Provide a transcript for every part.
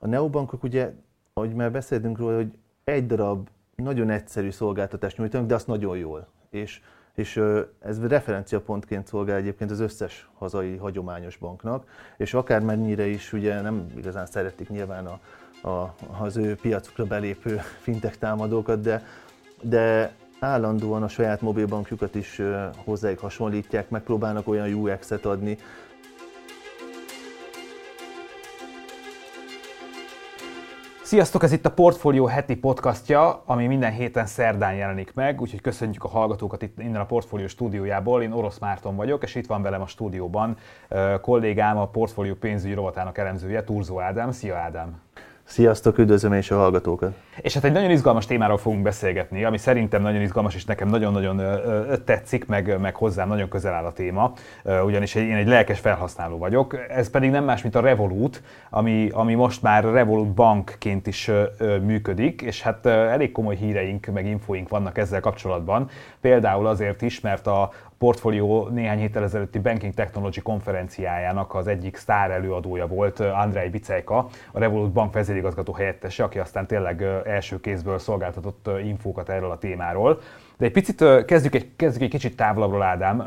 A neobankok ugye, ahogy már beszéltünk róla, hogy egy darab nagyon egyszerű szolgáltatást nyújtanak, de azt nagyon jól. És ez referenciapontként szolgál egyébként az összes hazai hagyományos banknak, és akármennyire is ugye nem igazán szeretik nyilván az ő piacukra belépő fintech támadókat, de állandóan a saját mobilbankjukat is hozzájuk hasonlítják, megpróbálnak olyan UX-et adni. Sziasztok, ez itt a Portfolio heti podcastja, ami minden héten szerdán jelenik meg, úgyhogy köszöntjük a hallgatókat itt innen a Portfolio stúdiójából. Én Orosz Márton vagyok, és itt van velem a stúdióban kollégám, a Portfolio pénzügyi rovatának elemzője, Turzó Ádám. Szia Ádám! Sziasztok, üdvözlöm és a hallgatókat! És hát egy nagyon izgalmas témáról fogunk beszélgetni, ami szerintem nagyon izgalmas, és nekem nagyon-nagyon tetszik, meg hozzám nagyon közel áll a téma, ugyanis én egy lelkes felhasználó vagyok. Ez pedig nem más, mint a Revolut, ami most már Revolut bankként is működik, és hát elég komoly híreink, meg infóink vannak ezzel kapcsolatban. Például azért is, mert a Portfolio néhány héttel ezelőtti Banking Technology konferenciájának az egyik sztár előadója volt Andrej Bicejka, a Revolut bank vezérigazgató helyettese, aki aztán tényleg első kézből szolgáltatott infókat erről a témáról. De egy picit kezdjük egy kicsit távolabbról, Ádám.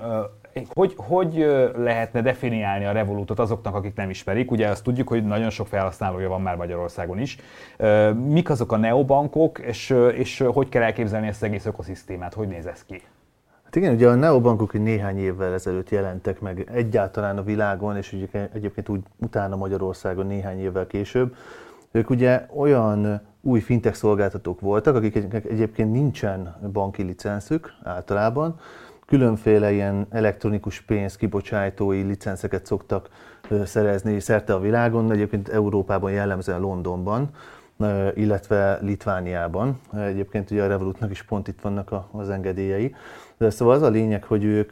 Hogy lehetne definiálni a Revolutot azoknak, akik nem ismerik? Ugye azt tudjuk, hogy nagyon sok felhasználója van már Magyarországon is. Mik azok a neobankok, és hogy kell elképzelni ezt az egész ökoszisztémát? Hogy néz ez ki? Hát igen, ugye a neobankok néhány évvel ezelőtt jelentek meg egyáltalán a világon, és ugye egyébként úgy utána Magyarországon néhány évvel később. Ők ugye olyan új fintech szolgáltatók voltak, akiknek egyébként nincsen banki licenszük általában. Különféle ilyen elektronikus pénz kibocsátói licenszeket szoktak szerezni szerte a világon, egyébként Európában jellemzően Londonban, illetve Litvániában. Egyébként ugye a Revolutnak is pont itt vannak az engedélyei. De szóval az a lényeg, hogy ők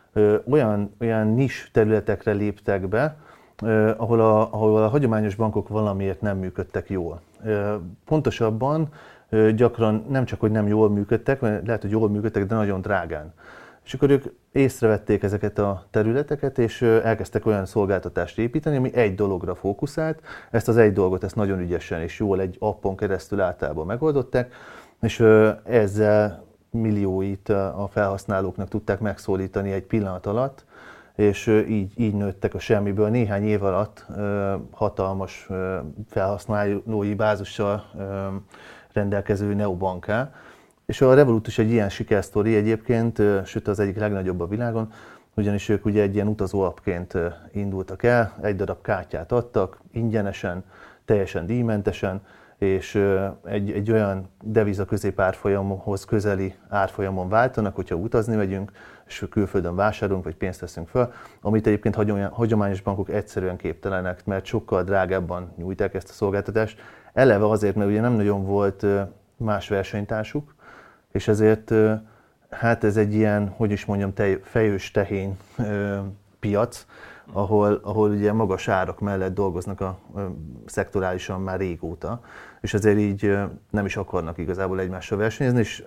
olyan nis területekre léptek be, ahol a hagyományos bankok valamiért nem működtek jól. Pontosabban gyakran nem csak, hogy nem jól működtek, mert lehet, hogy jól működtek, de nagyon drágán. És akkor ők észrevették ezeket a területeket, és elkezdtek olyan szolgáltatást építeni, ami egy dologra fókuszált. Ezt az egy dolgot, ezt nagyon ügyesen és jól egy appon keresztül általában megoldották, és ezzel millióit a felhasználóknak tudták megszólítani egy pillanat alatt, és így nőttek a semmiből. Néhány év alatt hatalmas felhasználói bázissal rendelkező neobanká. És a Revolut is egy ilyen sikersztori egyébként, sőt az egyik legnagyobb a világon, ugyanis ők ugye egy ilyen utazó appként indultak el, egy darab kártyát adtak, ingyenesen, teljesen díjmentesen, és egy olyan deviza középárfolyamhoz közeli árfolyamon váltanak, hogyha utazni megyünk, és külföldön vásárolunk, vagy pénzt veszünk fel, amit egyébként hagyományos bankok egyszerűen képtelenek, mert sokkal drágábban nyújták ezt a szolgáltatást. Eleve azért, mert ugye nem nagyon volt más versenytársuk, és ezért hát ez egy ilyen, hogy is mondjam, fejős tehén piac, ahol ugye magas árak mellett dolgoznak szektorálisan már régóta, és ezért így nem is akarnak igazából egymással versenyezni, és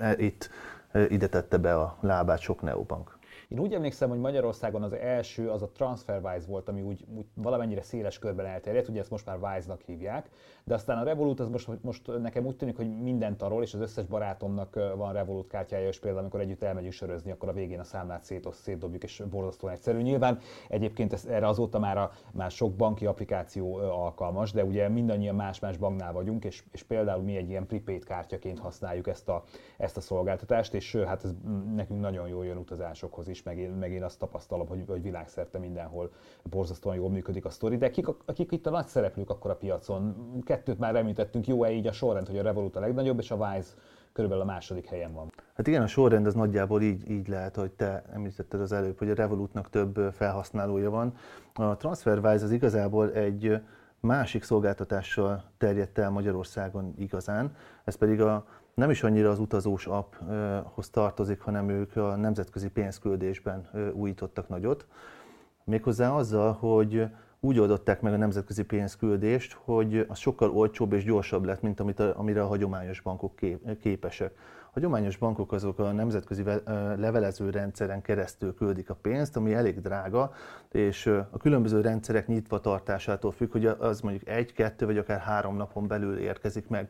ide tette be a lábát sok neobank. Én úgy emlékszem, hogy Magyarországon az első az a TransferWise volt, ami úgy valamennyire széles körben elterjedt, ugye ezt most már Wise-nak hívják, de aztán a Revolut az most nekem úgy tűnik, hogy mindent arról, és az összes barátomnak van Revolut kártyája, és például amikor együtt elmegyünk sörözni, akkor a végén a számlát szétdobjuk, és borzasztóan egyszerű. Nyilván egyébként erre azóta már sok banki applikáció alkalmas, de ugye mindannyian más-más banknál vagyunk, és például mi egy ilyen prepaid kártyaként használjuk ezt a szolgáltatást, és hát ez nekünk nagyon jól jön utazásokhoz is, meg én azt tapasztalom, hogy világszerte mindenhol borzasztóan jól működik a sztori, de akik itt a nagy szereplők akkor a piacon? Kettőt már említettünk, jó-e így a sorrend, hogy a Revolut a legnagyobb, és a Wise körülbelül a második helyen van? Hát igen, a sorrend az nagyjából így lehet, hogy te említetted az előbb, hogy a Revolutnak több felhasználója van. A TransferWise az igazából egy másik szolgáltatással terjedt el Magyarországon igazán, ez pedig nem is annyira az utazós apphoz tartozik, hanem ők a nemzetközi pénzküldésben újítottak nagyot. Méghozzá azzal, hogy úgy oldották meg a nemzetközi pénzküldést, hogy az sokkal olcsóbb és gyorsabb lett, mint amire a hagyományos bankok képesek. A hagyományos bankok azok a nemzetközi levelező rendszeren keresztül küldik a pénzt, ami elég drága, és a különböző rendszerek nyitva tartásától függ, hogy az mondjuk 1, 2 vagy akár 3 napon belül érkezik meg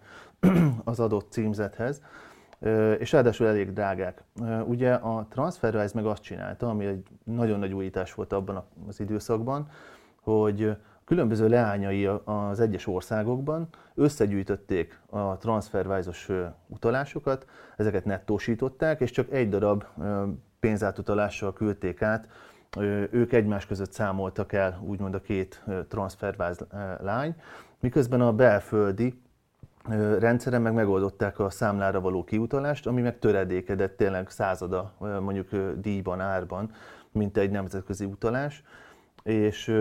az adott címzethez, és ráadásul elég drágák. Ugye a TransferWise meg azt csinálta, ami egy nagyon nagy újítás volt abban az időszakban, hogy különböző leányai az egyes országokban összegyűjtötték a TransferWise-os utalásokat, ezeket nettósították, és csak egy darab pénzátutalással küldték át. Ők egymás között számoltak el úgymond a két TransferWise lány, miközben a belföldi rendszeren meg megoldották a számlára való kiutalást, ami meg töredékedett tényleg százada mondjuk díjban, árban, mint egy nemzetközi utalás, és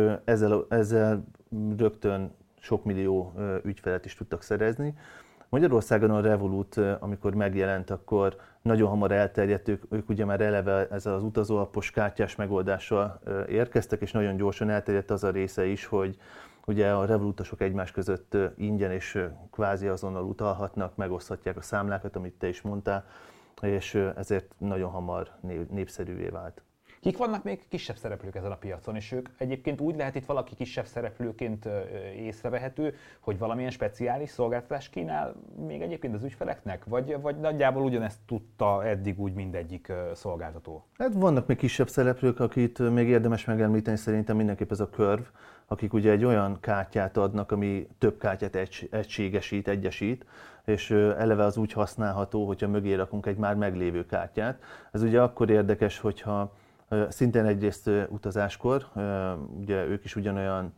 ezzel rögtön sok millió ügyfelet is tudtak szerezni. Magyarországon a Revolut, amikor megjelent, akkor nagyon hamar elterjedt, ők ugye már eleve ezzel az utazóappos kártyás megoldással érkeztek, és nagyon gyorsan elterjedt az a része is, hogy ugye a Revolutasok egymás között ingyen és kvázi azonnal utalhatnak, megoszthatják a számlákat, amit te is mondtál, és ezért nagyon hamar népszerűvé vált. Kik vannak még kisebb szereplők ezen a piacon, és ők egyébként úgy lehet itt valaki kisebb szereplőként észrevehető, hogy valamilyen speciális szolgáltatást kínál még egyébként az ügyfeleknek? Vagy nagyjából ugyanezt tudta eddig úgy mindegyik szolgáltató? Hát vannak még kisebb szereplők, akit még érdemes megemlíteni, szerintem mindenképp ez a Curve, akik ugye egy olyan kártyát adnak, ami több kártyát egységesít, egyesít, és eleve az úgy használható, hogyha mögé rakunk egy már meglévő kártyát. Ez ugye akkor érdekes, hogyha szintén egyrészt utazáskor, ugye ők is ugyanolyan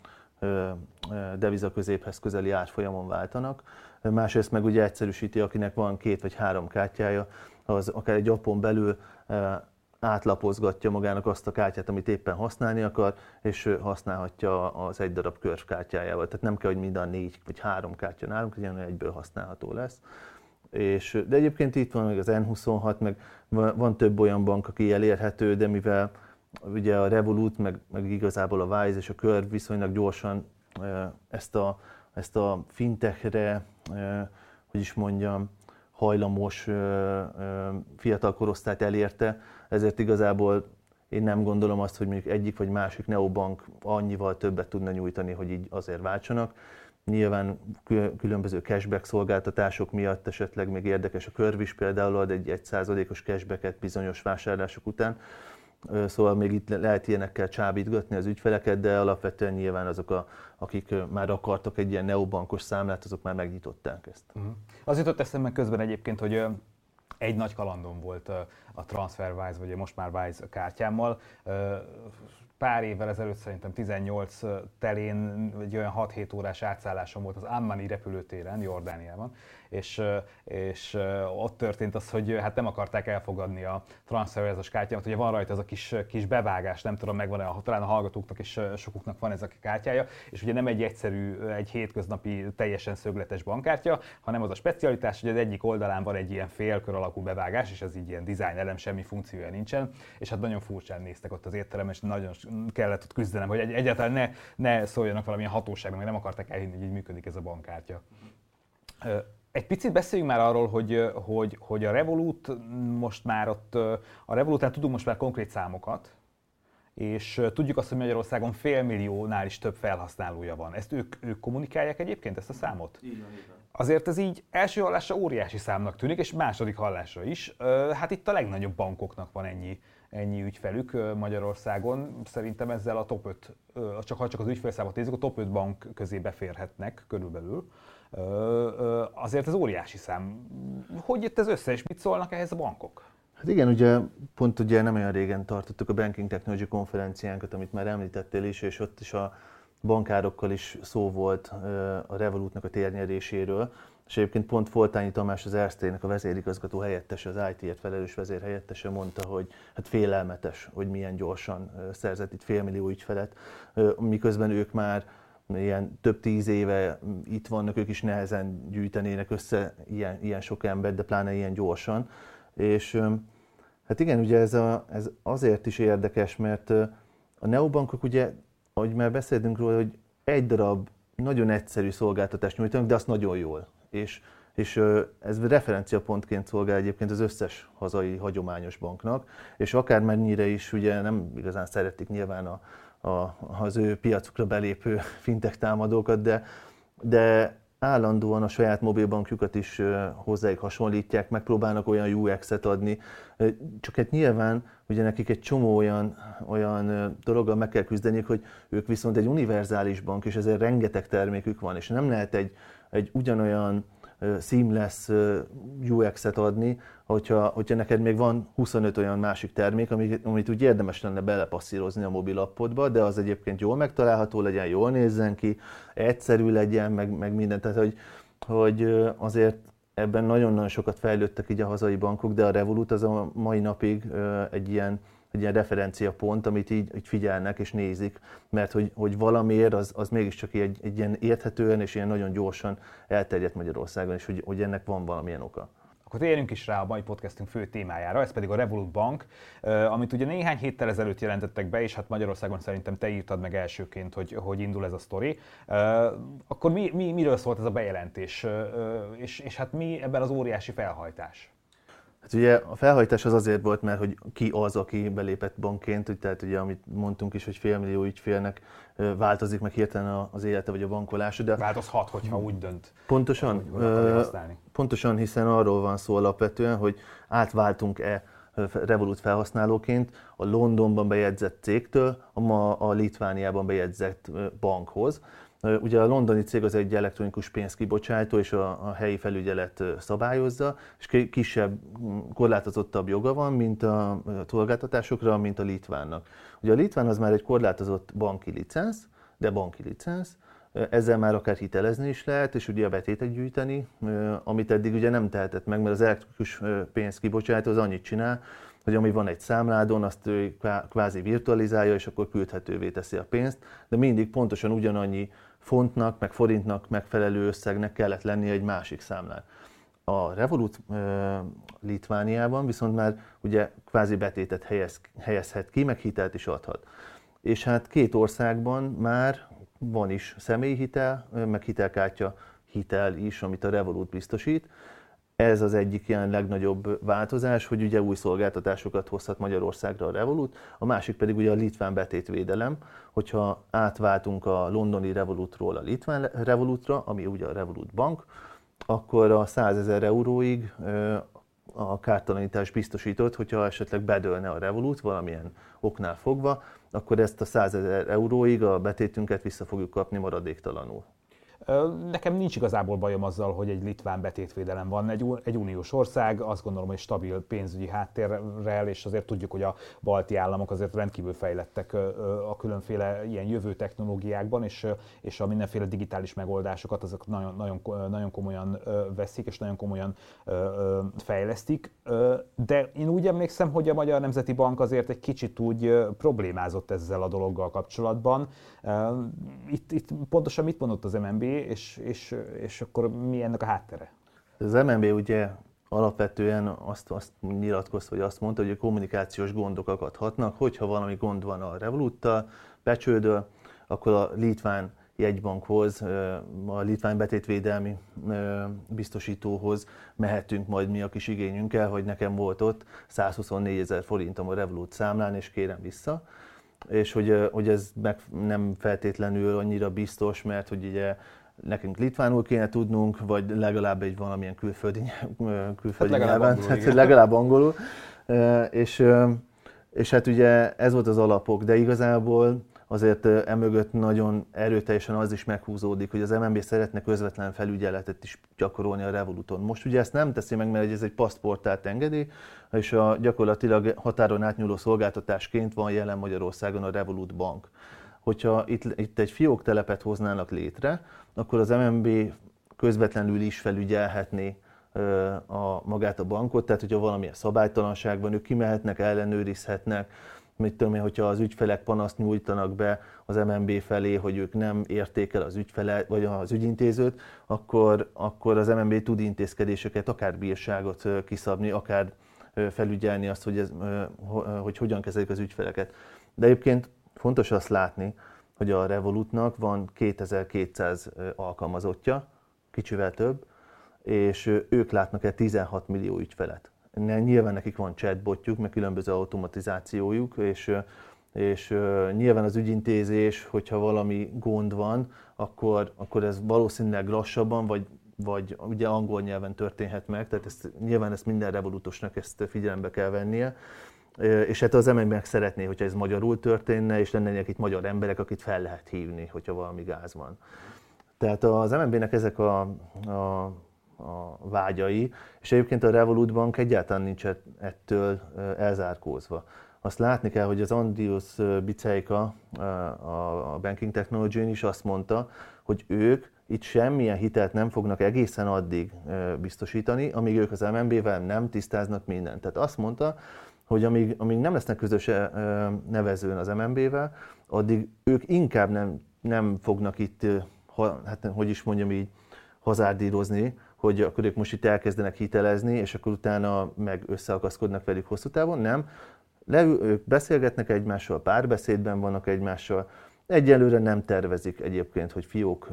devizaközéphez közeli árfolyamon váltanak, másrészt meg ugye egyszerűsíti, akinek van 2 vagy 3 kártyája, az akár egy appon belül átlapozgatja magának azt a kártyát, amit éppen használni akar, és használhatja az egy darab Curve kártyájával. Tehát nem kell, hogy mind a 4 vagy 3 kártya nálunk, hogy egyből használható lesz. De egyébként itt van még az N26, meg van több olyan bank, aki elérhető, de mivel ugye a Revolut, meg igazából a Wise és a Curve viszonylag gyorsan ezt a fintechre, hogy is mondjam, hajlamos fiatal korosztályt elérte, ezért igazából én nem gondolom azt, hogy mondjuk egyik vagy másik neobank annyival többet tudna nyújtani, hogy így azért váltsanak. Nyilván különböző cashback szolgáltatások miatt esetleg még érdekes, a Curve is például ad egy 1%-os cashbacket bizonyos vásárlások után, szóval még itt lehet ilyenekkel csábítgatni az ügyfeleket, de alapvetően nyilván azok, akik már akartak egy ilyen neobankos számlát, azok már megnyitották ezt. Az jutott eszembe közben egyébként, hogy egy nagy kalandom volt a TransferWise, vagy most már Wise kártyámmal. Pár évvel ezelőtt, szerintem 18 telén egy olyan 6-7 órás átszállásom volt az Ammani repülőtéren, Jordániában, és ott történt az, hogy hát nem akarták elfogadni a TransferWise-os kártyámat, ugye van rajta ez a kis bevágás, nem tudom, megvan-e, talán a hallgatóknak és sokuknak van ez a kártyája, és ugye nem egy egyszerű, egy hétköznapi, teljesen szögletes bankkártya, hanem az a specialitás, hogy az egyik oldalán van egy ilyen félkör alakú bevágás, és ez így ilyen design elem, semmi funkciója nincsen, és hát nagyon furcsán néztek ott az étterem, és nagyon kellett ott küzdenem, hogy egyáltalán ne szóljanak valamilyen hatóságnak, mert nem akarták elhinni, hogy így működik ez a bankkártya. Egy picit beszéljünk már arról, hogy a Revolut most már ott, a Revolutnál tudunk most már konkrét számokat, és tudjuk azt, hogy Magyarországon 500 000-nál is több felhasználója van. Ezt ők kommunikálják egyébként, ezt a számot? Így van. Azért ez így első hallásra óriási számnak tűnik, és második hallásra is. Hát itt a legnagyobb bankoknak van ennyi ügyfelük Magyarországon. Szerintem ezzel a top 5, ha csak az ügyfélszámot nézzük, a top 5 bank közé beférhetnek körülbelül. Azért ez óriási szám. Hogy jött ez össze, és mit szólnak ehhez a bankok? Hát igen, ugye pont ugye nem olyan régen tartottuk a Banking Technology konferenciánkat, amit már említettél is, és ott is a bankárokkal is szó volt a Revolutnak a térnyeréséről. És egyébként pont Foltányi Tamás, az Erste-nek a vezérigazgató helyettese, az IT-ért felelős vezérhelyettese mondta, hogy hát félelmetes, hogy milyen gyorsan szerzett itt 500 000 ügyfelet, miközben ők már ilyen több 10 éve itt vannak, ők is nehezen gyűjtenének össze ilyen sok embert, de pláne ilyen gyorsan. És hát igen, ugye ez azért is érdekes, mert a neobankok ugye ahogy már beszéltünk róla, hogy egy darab nagyon egyszerű szolgáltatást nyújtanak, de azt nagyon jól. És ez referenciapontként szolgál egyébként az összes hazai hagyományos banknak, és akármennyire is ugye nem igazán szeretik nyilván az ő piacukra belépő fintech támadókat, de állandóan a saját mobilbankjukat is hozzájuk hasonlítják, megpróbálnak olyan UX-et adni, csak hát nyilván ugye nekik egy csomó olyan dologgal meg kell küzdeniük, hogy ők viszont egy univerzális bank, és ezért rengeteg termékük van, és nem lehet egy ugyanolyan seamless UX-et adni, hogyha neked még van 25 olyan másik termék, amit úgy érdemes lenne belepasszírozni a mobilappodba, de az egyébként jól megtalálható legyen, jól nézzen ki, egyszerű legyen, meg minden. Tehát, hogy azért ebben nagyon-nagyon sokat fejlődtek így a hazai bankok, de a Revolut az a mai napig egy ilyen referenciapont, amit így figyelnek és nézik, mert hogy valamiért az mégiscsak egy ilyen érthetően és ilyen nagyon gyorsan elterjedt Magyarországon, és hogy ennek van valamilyen oka. Akkor térjünk is rá a mai podcastünk fő témájára, ez pedig a Revolut Bank, amit ugye néhány héttel ezelőtt jelentettek be, és hát Magyarországon szerintem te írtad meg elsőként, hogy indul ez a sztori. Akkor miről szólt ez a bejelentés, és hát mi ebben az óriási felhajtás? Hát ugye a felhajtás az azért volt, mert hogy ki az, aki belépett bankként, tehát ugye amit mondtunk is, hogy 500 000 ügyfélnek változik meg hirtelen az élete vagy a bankolása. De változhat, hogyha úgy dönt. Pontosan, hiszen arról van szó alapvetően, hogy átváltunk-e Revolut felhasználóként a Londonban bejegyzett cégtől a Litvániában bejegyzett bankhoz. Ugye a londoni cég az egy elektronikus pénzkibocsátó, és a helyi felügyelet szabályozza, és kisebb, korlátozottabb joga van, mint a szolgáltatásokra, mint a litvánnak. Ugye a litván az már egy korlátozott banki licensz, de banki licensz, ezzel már akár hitelezni is lehet, és ugye a betétet gyűjteni, amit eddig ugye nem tehetett meg, mert az elektronikus pénzkibocsátó az annyit csinál, hogy ami van egy számládon, azt kvázi virtualizálja, és akkor küldhetővé teszi a pénzt, de mindig pontosan ugyanannyi fontnak, meg forintnak megfelelő összegnek kellett lennie egy másik számlán. A Revolut Litvániában viszont már ugye kvázi betétet helyezhet ki, meg hitelt is adhat. És hát két országban már van is személyi hitel, meg hitelkártya hitel is, amit a Revolut biztosít. Ez az egyik ilyen legnagyobb változás, hogy ugye új szolgáltatásokat hozhat Magyarországra a Revolut, a másik pedig ugye a litván betétvédelem, hogyha átváltunk a londoni Revolutról a litván Revolutra, ami ugye a Revolut Bank, akkor a 100 000 euróig a kártalanítás biztosított, hogyha esetleg bedőlne a Revolut valamilyen oknál fogva, akkor ezt a 100 000 euróig a betétünket vissza fogjuk kapni maradéktalanul. Nekem nincs igazából bajom azzal, hogy egy litván betétvédelem van. Egy uniós ország, azt gondolom, hogy stabil pénzügyi háttérrel, és azért tudjuk, hogy a balti államok azért rendkívül fejlettek a különféle ilyen jövő technológiákban, és a mindenféle digitális megoldásokat azok nagyon komolyan veszik, és nagyon komolyan fejlesztik. De én úgy emlékszem, hogy a Magyar Nemzeti Bank azért egy kicsit úgy problémázott ezzel a dologgal kapcsolatban. Itt pontosan mit mondott az MNB, és akkor mi ennek a háttere? Az MNB ugye alapvetően azt nyilatkozta, vagy azt mondta, hogy a kommunikációs gondok akadhatnak, hogyha valami gond van a Revoluttal, becsődöl, akkor a litván jegybankhoz, a litván betétvédelmi biztosítóhoz mehetünk majd mi a kis igényünkkel, hogy nekem volt ott 124 000 forintom a Revolut számlán, és kérem vissza. És hogy ez nem feltétlenül annyira biztos, mert hogy ugye nekünk litvánul kéne tudnunk, vagy legalább egy valamilyen külföldi nyelven, legalább angolul. És hát ugye ez volt az alapok, de igazából azért emögött nagyon erőteljesen az is meghúzódik, hogy az MNB szeretne közvetlen felügyeletet is gyakorolni a Revoluton. Most ugye ezt nem teszi meg, mert ez egy pasztportált engedi, és gyakorlatilag határon átnyúló szolgáltatásként van jelen Magyarországon a Revolut Bank. Hogyha itt egy fióktelepet hoznának létre, akkor az MNB közvetlenül is felügyelhetné magát a bankot, tehát hogyha valamilyen szabálytalanság van, ők kimehetnek, ellenőrizhetnek, mit tudom én, hogyha az ügyfelek panaszt nyújtanak be az MNB felé, hogy ők nem érték el az ügyfelet, vagy az ügyintézőt, akkor az MNB tud intézkedéseket, akár bírságot kiszabni, akár felügyelni azt, hogy hogyan kezelik az ügyfeleket. De egyébként fontos azt látni, hogy a Revolutnak van 2200 alkalmazottja, kicsivel több, és ők látnak el 16 millió ügyfelet. Nyilván nekik van chatbotjuk, meg különböző automatizációjuk, és nyilván az ügyintézés, hogyha valami gond van, akkor ez valószínűleg lassabban, vagy ugye angol nyelven történhet meg, tehát nyilván ezt minden revolutosnak ezt figyelembe kell vennie. És hát az MNB-nek szeretné, hogyha ez magyarul történne, és lennének itt magyar emberek, akit fel lehet hívni, hogyha valami gáz van. Tehát az MNB-nek ezek a vágyai, és egyébként a Revolut Bank egyáltalán nincs ettől elzárkózva. Azt látni kell, hogy az Andrius Biceika, a Banking Technology-n is azt mondta, hogy ők itt semmilyen hitelt nem fognak egészen addig biztosítani, amíg ők az MNB-vel nem tisztáznak mindent. Tehát azt mondta, hogy amíg nem lesznek közös nevezőn az MNB-vel, addig ők inkább nem fognak itt, hát hogy is mondjam így, hazárdírozni, hogy akkor ők most itt elkezdenek hitelezni, és akkor utána meg összeakaszkodnak velük hosszú távon, nem. Ők beszélgetnek egymással, párbeszédben vannak egymással. Egyelőre nem tervezik egyébként, hogy fiók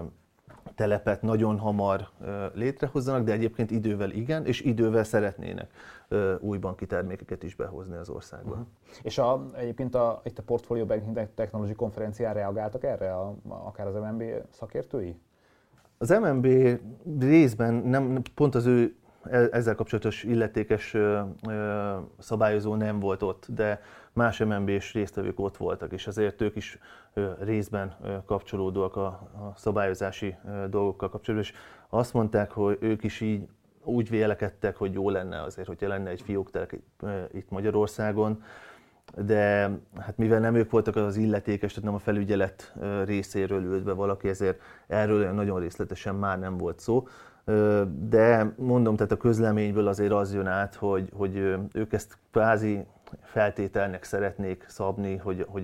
telepet nagyon hamar létrehozzanak, de egyébként idővel igen, és idővel szeretnének új banki termékeket is behozni az országba. Uh-huh. És egyébként itt a Portfolio Banking Technology konferencián reagáltak erre, akár az MNB szakértői? Az MNB részben nem, pont az ő ezzel kapcsolatos illetékes szabályozó nem volt ott, de más MNB-s résztvevők ott voltak, és azért ők is részben kapcsolódóak a szabályozási dolgokkal kapcsolatban, és azt mondták, hogy ők is így úgy vélekedtek, hogy jó lenne azért, hogyha lenne egy fióktelek itt Magyarországon, de hát mivel nem ők voltak az illetékes, tehát nem a felügyelet részéről ült be valaki, ezért erről olyan nagyon részletesen már nem volt szó. De mondom, tehát a közleményből azért az jön át, hogy ők ezt kvázi feltételnek szeretnék szabni,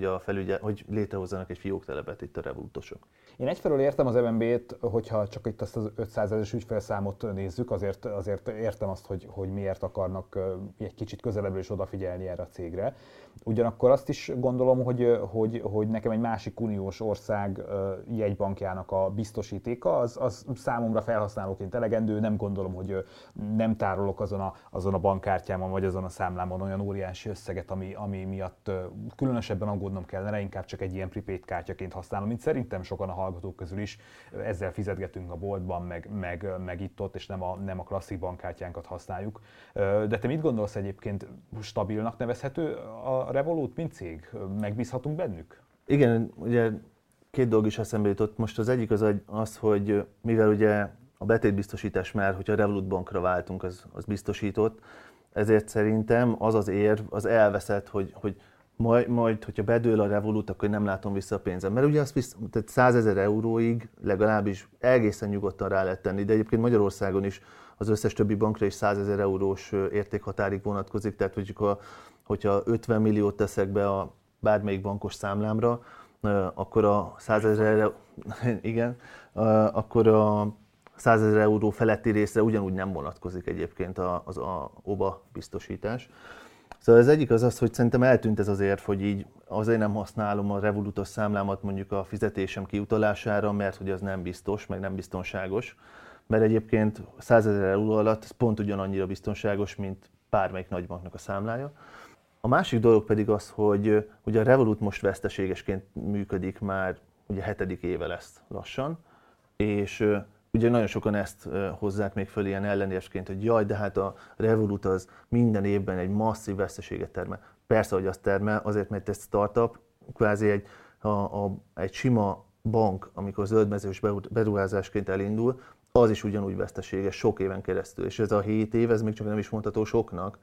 hogy létrehozzanak egy fióktelepet itt a revolutosok. Én egyfelől értem az MNB-t, hogyha csak itt azt az 500 000-es ügyfélszámot nézzük, azért értem azt, hogy miért akarnak egy kicsit közelebbről is odafigyelni erre a cégre. Ugyanakkor azt is gondolom, hogy nekem egy másik uniós ország jegybankjának a biztosítéka, az számomra felhasználóként elegendő. Nem gondolom, hogy nem tárolok azon a bankkártyámon vagy azon a számlámon olyan óriási összeget, ami miatt különösebben aggódnom kellene, inkább csak egy ilyen prepaid kártyaként használom, mint szerintem sokan a hallgatók közül is. Ezzel fizetgetünk a boltban, meg itt-ott, és nem a klasszik bankkártyánkat használjuk. De te mit gondolsz egyébként, stabilnak nevezhető a Revolut, mint cég? Megbízhatunk bennük? Igen, ugye két dolog is eszembe jutott. Most az egyik az, hogy mivel ugye a betétbiztosítás már, hogyha a Revolut Bankra váltunk, az biztosított, ezért szerintem az érv, az elveszett, hogy majd, hogyha bedől a Revolut, akkor nem látom vissza a pénzem. Mert ugye tehát 100 000 euróig legalábbis egészen nyugodtan rá lehet tenni, de egyébként Magyarországon is az összes többi bankra is 100 000 eurós értékhatárig vonatkozik, tehát hogyha 50 milliót teszek be a bármelyik bankos számlámra, akkor a 100 000 igen, akkor a 100 000 euró feletti részre ugyanúgy nem vonatkozik egyébként az OBA biztosítás. Szóval az egyik az, hogy szerintem eltűnt ez az érv, hogy így azért nem használom a Revolutos számlámat mondjuk a fizetésem kiutalására, mert hogy az nem biztos, meg nem biztonságos. Mert egyébként 100 000 euró alatt ez pont ugyanannyira biztonságos, mint bármelyik nagybanknak a számlája. A másik dolog pedig az, hogy ugye a Revolut most veszteségesként működik már, ugye 7. éve lesz lassan, és ugye nagyon sokan ezt hozzák még föl ilyen ellenérvként, hogy jaj, de hát a Revolut az minden évben egy masszív veszteséget termel. Persze, hogy azt termel, azért, mert ez startup, kvázi egy sima bank, amikor zöldmezős beruházásként elindul, az is ugyanúgy veszteséges sok éven keresztül. És ez a 7 év, ez még csak nem is mondható soknak.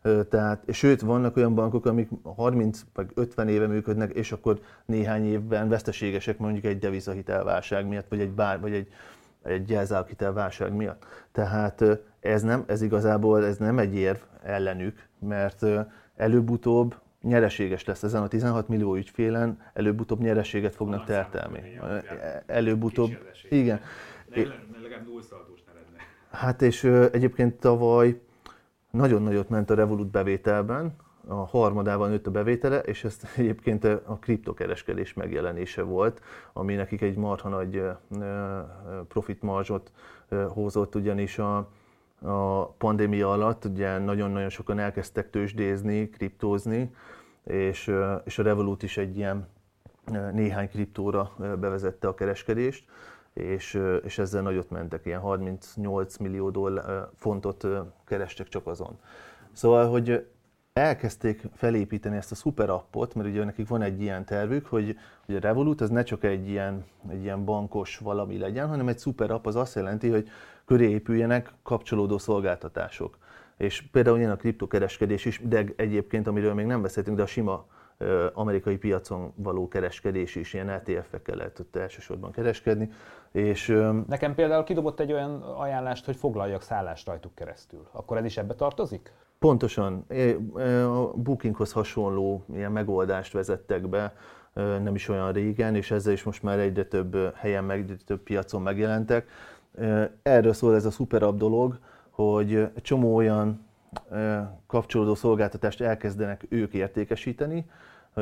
Sőt, vannak olyan bankok, amik 30 vagy 50 éve működnek, és akkor néhány évben veszteségesek, mondjuk egy devizahitelválság miatt, vagy egy jelzálóghitelválság miatt. Tehát ez igazából nem egy érv ellenük, mert előbb-utóbb nyereséges lesz ezen a 16 millió ügyfélen, előbb-utóbb nyereséget fognak termelni. Előbb-utóbb, igen. Legalább nullszaldós ne lenne. Hát és egyébként tavaly nagyon nagyot ment a Revolut bevételben, a harmadával nőtt a bevétele, és ezt egyébként a kriptokereskedés megjelenése volt, ami nekik egy marha nagy profit marzsot hozott, ugyanis a pandémia alatt ugye nagyon-nagyon sokan elkezdtek tőzsdézni, kriptózni, és a Revolut is egy ilyen néhány kriptóra bevezette a kereskedést, és ezzel nagyot mentek, ilyen 38 millió fontot kerestek csak azon. Szóval, hogy elkezdték felépíteni ezt a szuper appot, mert ugye nekik van egy ilyen tervük, hogy a Revolut az ne csak egy ilyen bankos valami legyen, hanem egy szuper app az azt jelenti, hogy köré épüljenek kapcsolódó szolgáltatások. És például ilyen a kriptokereskedés is, de egyébként, amiről még nem beszéltünk, de a sima amerikai piacon való kereskedés is, ilyen ETF-ekkel lehet ott elsősorban kereskedni. Nekem például kidobott egy olyan ajánlást, hogy foglaljak szállást rajtuk keresztül. Akkor ez is ebbe tartozik? Pontosan. A Bookinghoz hasonló ilyen megoldást vezettek be nem is olyan régen, és ezzel is most már egyre több helyen, egyre több piacon megjelentek. Erről szól ez a szuper app dolog, hogy egy csomó olyan kapcsolódó szolgáltatást elkezdenek ők értékesíteni,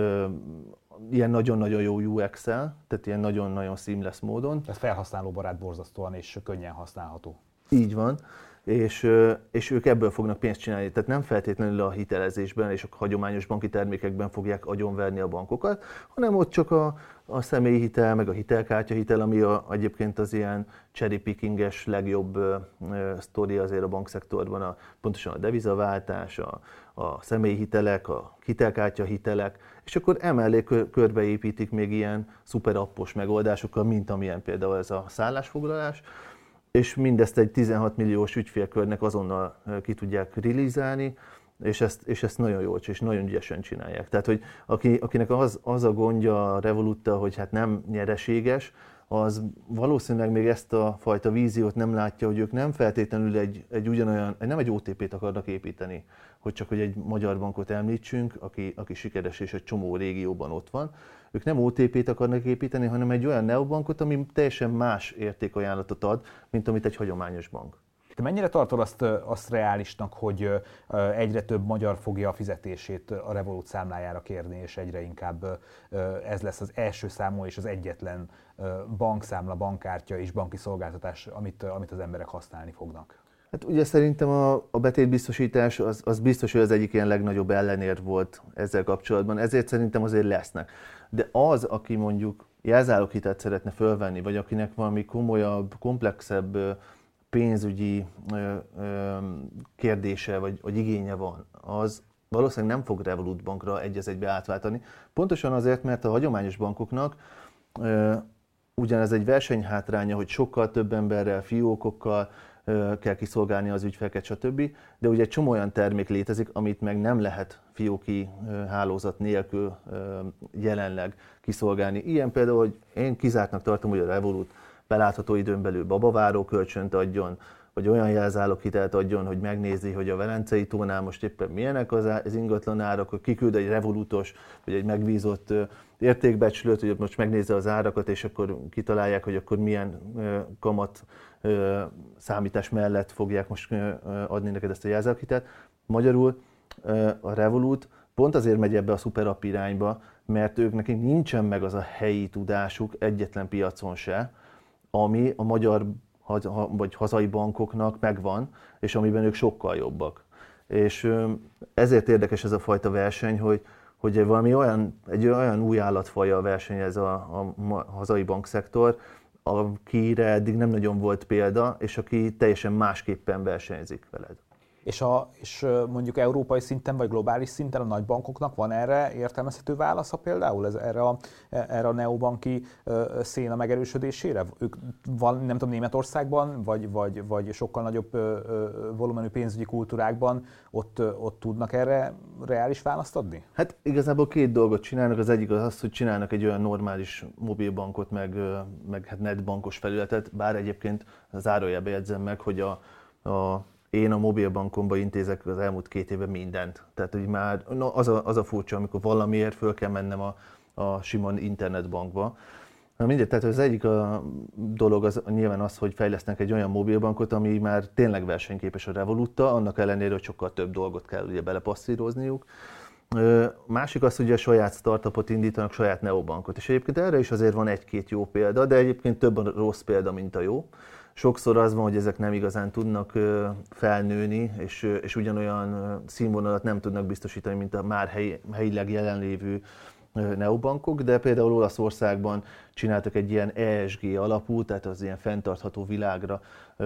ilyen nagyon-nagyon jó UX-el, tehát ilyen nagyon-nagyon seamless módon. Ez felhasználóbarát borzasztóan és könnyen használható. Így van, és ők ebből fognak pénzt csinálni, tehát nem feltétlenül a hitelezésben és a hagyományos banki termékekben fogják agyonverni a bankokat, hanem ott csak a személyi hitel, meg a hitelkártyahitel, ami egyébként az ilyen cherry pickinges legjobb sztori azért a bankszektorban, pontosan a devizaváltás, a személyi hitelek, a hitelkártyahitelek, és akkor emellé körbeépítik még ilyen szuperappos megoldásokkal, mint amilyen például ez a szállásfoglalás, és mindezt egy 16 milliós ügyfélkörnek azonnal ki tudják release-elni, és ezt nagyon jól és nagyon ügyesen csinálják. Tehát, hogy akinek az a gondja a Revoluttal, hogy hát nem nyereséges, az valószínűleg még ezt a fajta víziót nem látja, hogy ők nem feltétlenül nem egy OTP-t akarnak építeni, hogy egy magyar bankot említsünk, aki sikeres és egy csomó régióban ott van. Ők nem OTP-t akarnak építeni, hanem egy olyan neobankot, ami teljesen más értékajánlatot ad, mint amit egy hagyományos bank. Te mennyire tartod azt reálisnak, hogy egyre több magyar fogja a fizetését a Revolut számlájára kérni, és egyre inkább ez lesz az első számú és az egyetlen bankszámla, bankkártya és banki szolgáltatás, amit az emberek használni fognak? Hát ugye szerintem a betétbiztosítás az biztos, hogy az egyik ilyen legnagyobb ellenérv volt ezzel kapcsolatban, ezért szerintem azért lesznek. De az, aki mondjuk jelzáloghitelt szeretne fölvenni, vagy akinek valami komolyabb, komplexebb pénzügyi kérdése vagy igénye van, az valószínűleg nem fog Revolut bankra egy az egybe átváltani. Pontosan azért, mert a hagyományos bankoknak ugyanez egy versenyhátránya, hogy sokkal több emberrel, fiókokkal kell kiszolgálni az ügyfeleket, stb. De ugye egy csomó olyan termék létezik, amit meg nem lehet fióki hálózat nélkül jelenleg kiszolgálni. Ilyen például, hogy én kizártnak tartom, hogy a Revolut belátható időn belül babaváró kölcsönt adjon, vagy olyan jelzáloghitelt adjon, hogy megnézi, hogy a Velencei tónál most éppen milyenek az ingatlan árak, hogy kiküld egy Revolutos, vagy egy megbízott értékbecslőt, hogy most megnézze az árakat, és akkor kitalálják, hogy akkor milyen kamat számítás mellett fogják most adni neked ezt a jelzáloghitelt. Magyarul a Revolut pont azért megy ebbe a szuperapp irányba, mert nekik nincsen meg az a helyi tudásuk egyetlen piacon se, ami a magyar vagy hazai bankoknak megvan, és amiben ők sokkal jobbak. És ezért érdekes ez a fajta verseny, hogy egy olyan új állatfajjal versenyez a hazai bankszektor, akire eddig nem nagyon volt példa, és aki teljesen másképpen versenyzik veled. És mondjuk európai szinten vagy globális szinten a nagybankoknak van erre értelmezhető válasza például erre a neobanki széna megerősödésére? Ők van, nem tudom, Németországban, vagy sokkal nagyobb volumenű pénzügyi kultúrákban ott tudnak erre reális választ adni? Hát igazából két dolgot csinálnak. Az egyik az, hogy csinálnak egy olyan normális mobilbankot, meg hát netbankos felületet, bár egyébként zárójelbe jegyzem meg, hogy én a mobilbankomba intézek az elmúlt 2 évben mindent. Tehát, hogy már az a furcsa, amikor valamiért föl kell mennem a sima internetbankba. Na mindegy, tehát az egyik dolog az nyilván az, hogy fejlesztenek egy olyan mobilbankot, ami már tényleg versenyképes a Revoluttal, annak ellenére, hogy sokkal több dolgot kell ugye belepasszírozniuk. Másik az, hogy a saját startupot indítanak, saját neobankot. És egyébként erre is azért van egy-két jó példa, de egyébként több a rossz példa, mint a jó. Sokszor az van, hogy ezek nem igazán tudnak felnőni, és ugyanolyan színvonalat nem tudnak biztosítani, mint a már helyileg jelenlévő neobankok, de például Olaszországban csináltak egy ilyen ESG alapú, tehát az ilyen fenntartható világra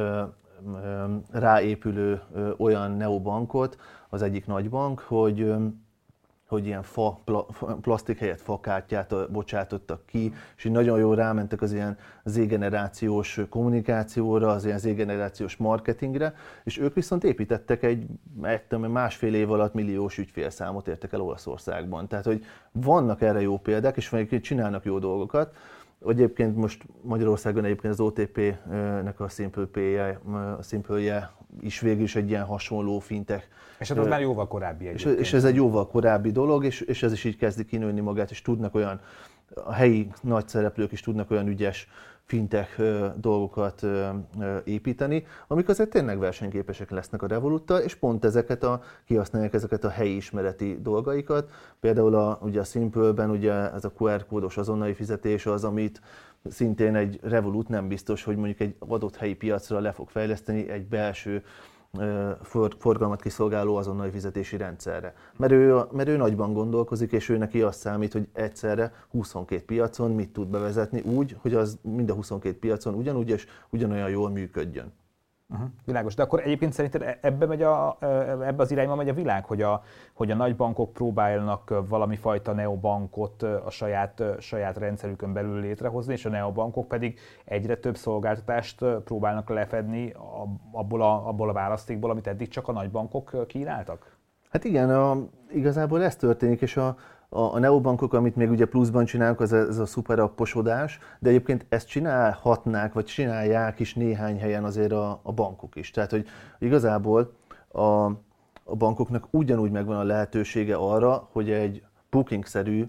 ráépülő olyan neobankot, az egyik nagybank, hogy ilyen plastik helyett fakártyát bocsátottak ki, és így nagyon jól rámentek az ilyen Z-generációs kommunikációra, az ilyen Z-generációs marketingre, és ők viszont építettek egy másfél év alatt milliós ügyfélszámot értek el Olaszországban. Tehát, hogy vannak erre jó példák, és csinálnak jó dolgokat. Egyébként most Magyarországon egyébként az OTP-nek a Simple-je is végül is egy ilyen hasonló fintech. És hát az már jóval korábbi egyébként. És ez egy jóval korábbi dolog, és ez is így kezdi kinőni magát, és tudnak olyan, a helyi nagy szereplők is tudnak olyan ügyes fintech dolgokat építeni, amik azért tényleg versenyképesek lesznek a Revoluttal, és pont kihasználják ezeket a helyi ismereti dolgaikat. Például ugye a Simple-ben ugye ez a QR kódos azonnali fizetés az, amit szintén egy Revolut nem biztos, hogy mondjuk egy adott helyi piacra le fog fejleszteni egy belső forgalmat kiszolgáló azonnali fizetési rendszerre. Mert ő nagyban gondolkozik, és ő neki azt számít, hogy egyszerre 22 piacon mit tud bevezetni úgy, hogy az mind a 22 piacon ugyanúgy és ugyanolyan jól működjön. Világos, de akkor egyébként szerinted ebbe az irányba megy a világ, hogy a nagybankok próbálnak valami fajta neobankot a saját rendszerükön belül létrehozni, és a neobankok pedig egyre több szolgáltatást próbálnak lefedni abból a választékból, amit eddig csak a nagybankok kínáltak? Hát igen, igazából ez történik, és a neobankok, amit még ugye pluszban csinálnak, ez a szuperapposodás, de egyébként ezt csinálhatnák, vagy csinálják is néhány helyen azért a bankok is. Tehát, hogy igazából a bankoknak ugyanúgy megvan a lehetősége arra, hogy egy booking-szerű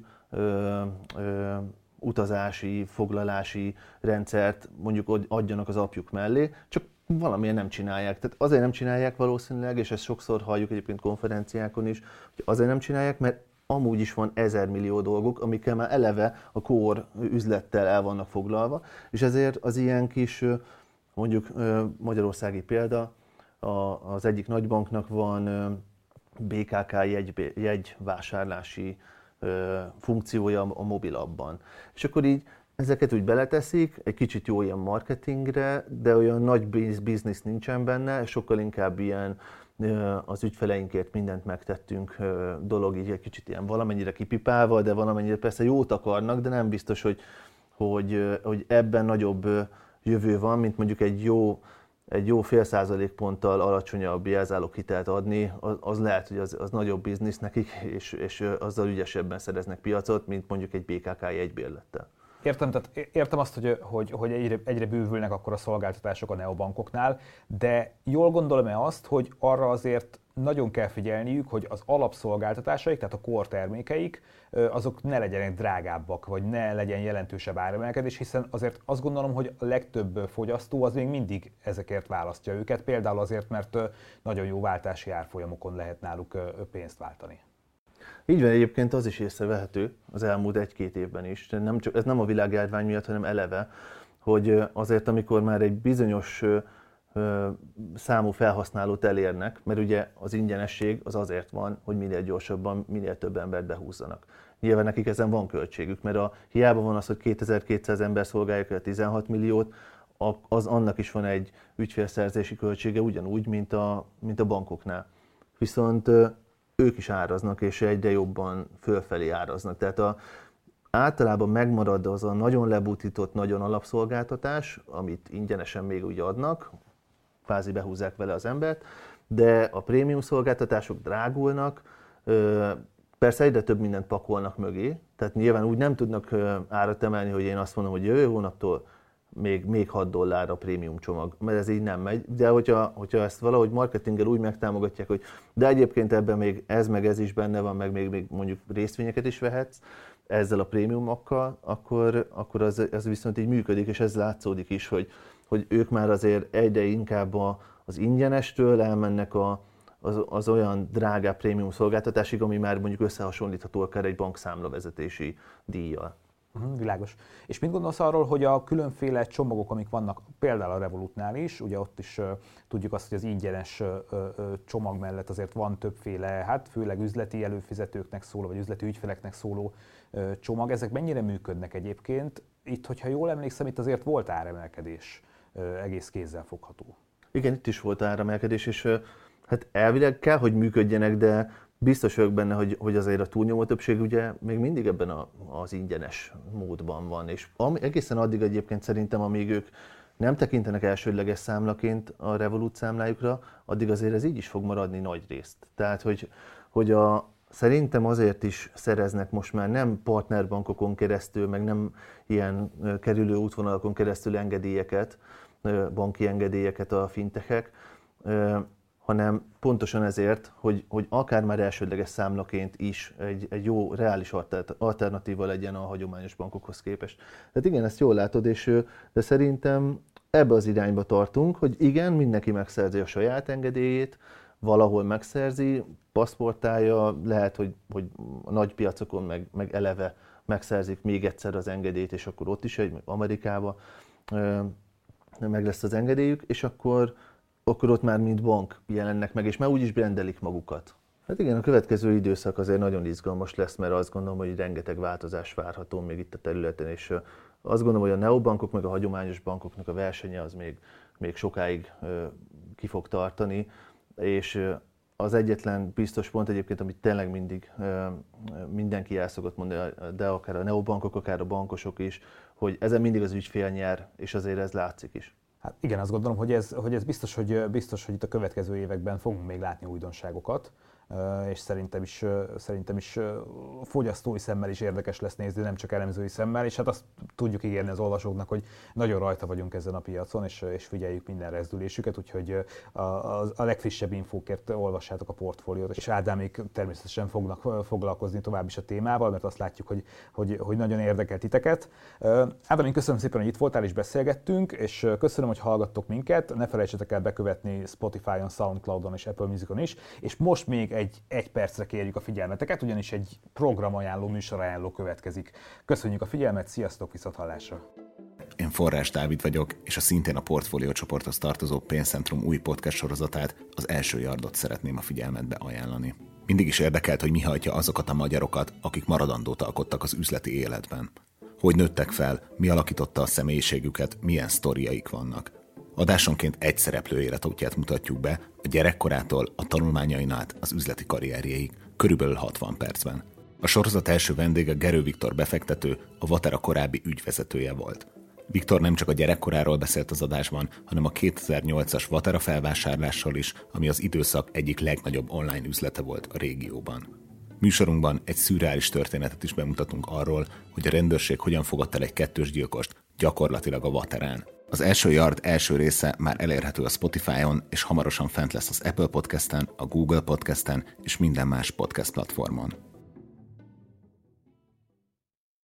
utazási, foglalási rendszert mondjuk adjanak az appjuk mellé, csak valamilyen nem csinálják. Tehát azért nem csinálják valószínűleg, és ezt sokszor halljuk egyébként konferenciákon is, hogy azért nem csinálják, mert amúgy is van 1000 millió dolguk, amikkel már eleve a core üzlettel el vannak foglalva, és ezért az ilyen kis, mondjuk magyarországi példa, az egyik nagybanknak van BKK jegyvásárlási funkciója a mobilabban. És akkor így ezeket úgy beleteszik, egy kicsit jó ilyen marketingre, de olyan nagy biznisz nincsen benne, sokkal inkább ilyen az ügyfeleinkért mindent megtettünk dolog, így egy kicsit ilyen valamennyire kipipálva, de valamennyire persze jót akarnak, de nem biztos, hogy ebben nagyobb jövő van, mint mondjuk egy jó fél százalékponttal alacsonyabb jelzáloghitelt adni, az lehet, hogy az nagyobb biznisz nekik, és azzal ügyesebben szereznek piacot, mint mondjuk egy BKK jegybérlettel. Értem azt, hogy egyre bővülnek akkor a szolgáltatások a neobankoknál, de jól gondolom-e azt, hogy arra azért nagyon kell figyelniük, hogy az alapszolgáltatásaik, tehát a core termékeik, azok ne legyenek drágábbak, vagy ne legyen jelentősebb áremelkedés, hiszen azért azt gondolom, hogy a legtöbb fogyasztó az még mindig ezekért választja őket, például azért, mert nagyon jó váltási árfolyamokon lehet náluk pénzt váltani. Így van, egyébként az is észrevehető az elmúlt 1-2 évben is, ez nem a világjárvány miatt, hanem eleve, hogy azért amikor már egy bizonyos számú felhasználót elérnek, mert ugye az ingyenesség az azért van, hogy minél gyorsabban, minél több embert behúzzanak. Nyilván nekik ezen van költségük, mert hiába van az, hogy 2200 ember szolgálják el 16 milliót, annak is van egy ügyfélszerzési költsége ugyanúgy, mint a bankoknál. Viszont ők is áraznak, és egyre jobban fölfelé áraznak. Tehát általában megmarad az a nagyon lebutított, nagyon alapszolgáltatás, amit ingyenesen még úgy adnak, kvázi behúzzák vele az embert, de a prémium szolgáltatások drágulnak, persze egyre több mindent pakolnak mögé, tehát nyilván úgy nem tudnak árat emelni, hogy én azt mondom, hogy jövő hónaptól még $6 a prémium csomag, mert ez így nem megy, de hogyha ezt valahogy marketinggel úgy megtámogatják, hogy de egyébként ebben még ez is benne van, meg még mondjuk részvényeket is vehetsz ezzel a prémiumokkal, akkor az viszont így működik, és ez látszódik is, hogy ők már azért egyre inkább az ingyenestől elmennek az olyan drágább prémium szolgáltatásig, ami már mondjuk összehasonlítható akár egy bankszámlavezetési díjjal. Világos. És mit gondolsz arról, hogy a különféle csomagok, amik vannak például a Revolutnál is, ugye ott is tudjuk azt, hogy az ingyenes csomag mellett azért van többféle, hát főleg üzleti előfizetőknek szóló, vagy üzleti ügyfeleknek szóló csomag. Ezek mennyire működnek egyébként? Itt, hogyha jól emlékszem, itt azért volt áremelkedés egész kézzelfogható. Igen, itt is volt áremelkedés, és hát elvileg kell, hogy működjenek, de biztos vagyok benne, hogy azért a túlnyomó többség ugye még mindig ebben az ingyenes módban van, és egészen addig egyébként szerintem, amíg ők nem tekintenek elsődleges számlaként a Revolut számlájukra, addig azért ez így is fog maradni nagy részt. Tehát, hogy szerintem azért is szereznek most már nem partnerbankokon keresztül, meg nem ilyen kerülő útvonalakon keresztül engedélyeket, banki engedélyeket a fintechek, hanem pontosan ezért, hogy akár már elsődleges számlaként is egy jó, reális alternatíva legyen a hagyományos bankokhoz képest. Tehát igen, ezt jól látod, de szerintem ebbe az irányba tartunk, hogy igen, mindenki megszerzi a saját engedélyét, valahol megszerzi, paszportálja, lehet, hogy a nagy piacokon meg eleve megszerzik még egyszer az engedélyt, és akkor ott is, Amerikában meg lesz az engedélyük, és akkor ott már mint bank jelennek meg, és már úgyis brendelik magukat. Hát igen, a következő időszak azért nagyon izgalmas lesz, mert azt gondolom, hogy rengeteg változás várható még itt a területen, és azt gondolom, hogy a neobankok meg a hagyományos bankoknak a versenye az még sokáig ki fog tartani, és az egyetlen biztos pont egyébként, amit tényleg mindig mindenki el szokott mondani, de akár a neobankok, akár a bankosok is, hogy ezen mindig az ügyfél nyer, és azért ez látszik is. Hát igen, azt gondolom, hogy ez biztos, hogy itt a következő években fogunk még látni újdonságokat, és szerintem is fogyasztói szemmel is érdekes lesz nézni, nem csak elemzői szemmel, és hát azt tudjuk ígérni az olvasóknak, hogy nagyon rajta vagyunk ezen a piacon, és figyeljük minden rezdülésüket, úgyhogy a legfrissebb infókért olvassátok a portfóliót, és Ádámék természetesen fognak foglalkozni tovább is a témával, mert azt látjuk, hogy nagyon érdekel titeket. Ádám, én köszönöm szépen, hogy itt voltál és beszélgettünk, és köszönöm, hogy hallgattok minket. Ne felejtsetek el bekövetni Spotify-on, Soundcloud-on és Apple Musicon is, és most még egy percre kérjük a figyelmeteket, ugyanis egy programajánló, műsorajánló következik. Köszönjük a figyelmet, sziasztok, viszonthallásra! Én Forrás Dávid vagyok, és a szintén a Portfólió csoporthoz tartozó Pénzcentrum új podcast sorozatát, az Első Yardot szeretném a figyelmetbe ajánlani. Mindig is érdekelt, hogy mi hajtja azokat a magyarokat, akik maradandót alkottak az üzleti életben. Hogy nőttek fel, mi alakította a személyiségüket, milyen sztoriaik vannak. Adásonként egy szereplő életútját mutatjuk be, a gyerekkorától a tanulmányain át az üzleti karrierjéig, körülbelül 60 percben. A sorozat első vendége Gerő Viktor befektető, a Vatera korábbi ügyvezetője volt. Viktor nem csak a gyerekkoráról beszélt az adásban, hanem a 2008-as Vatera felvásárlásról is, ami az időszak egyik legnagyobb online üzlete volt a régióban. Műsorunkban egy szürreális történetet is bemutatunk arról, hogy a rendőrség hogyan fogott el egy kettős gyilkost, gyakorlatilag a Vaterán. Az Első Yard első része már elérhető a Spotify-on, és hamarosan fent lesz az Apple Podcasten, a Google Podcasten és minden más podcast platformon.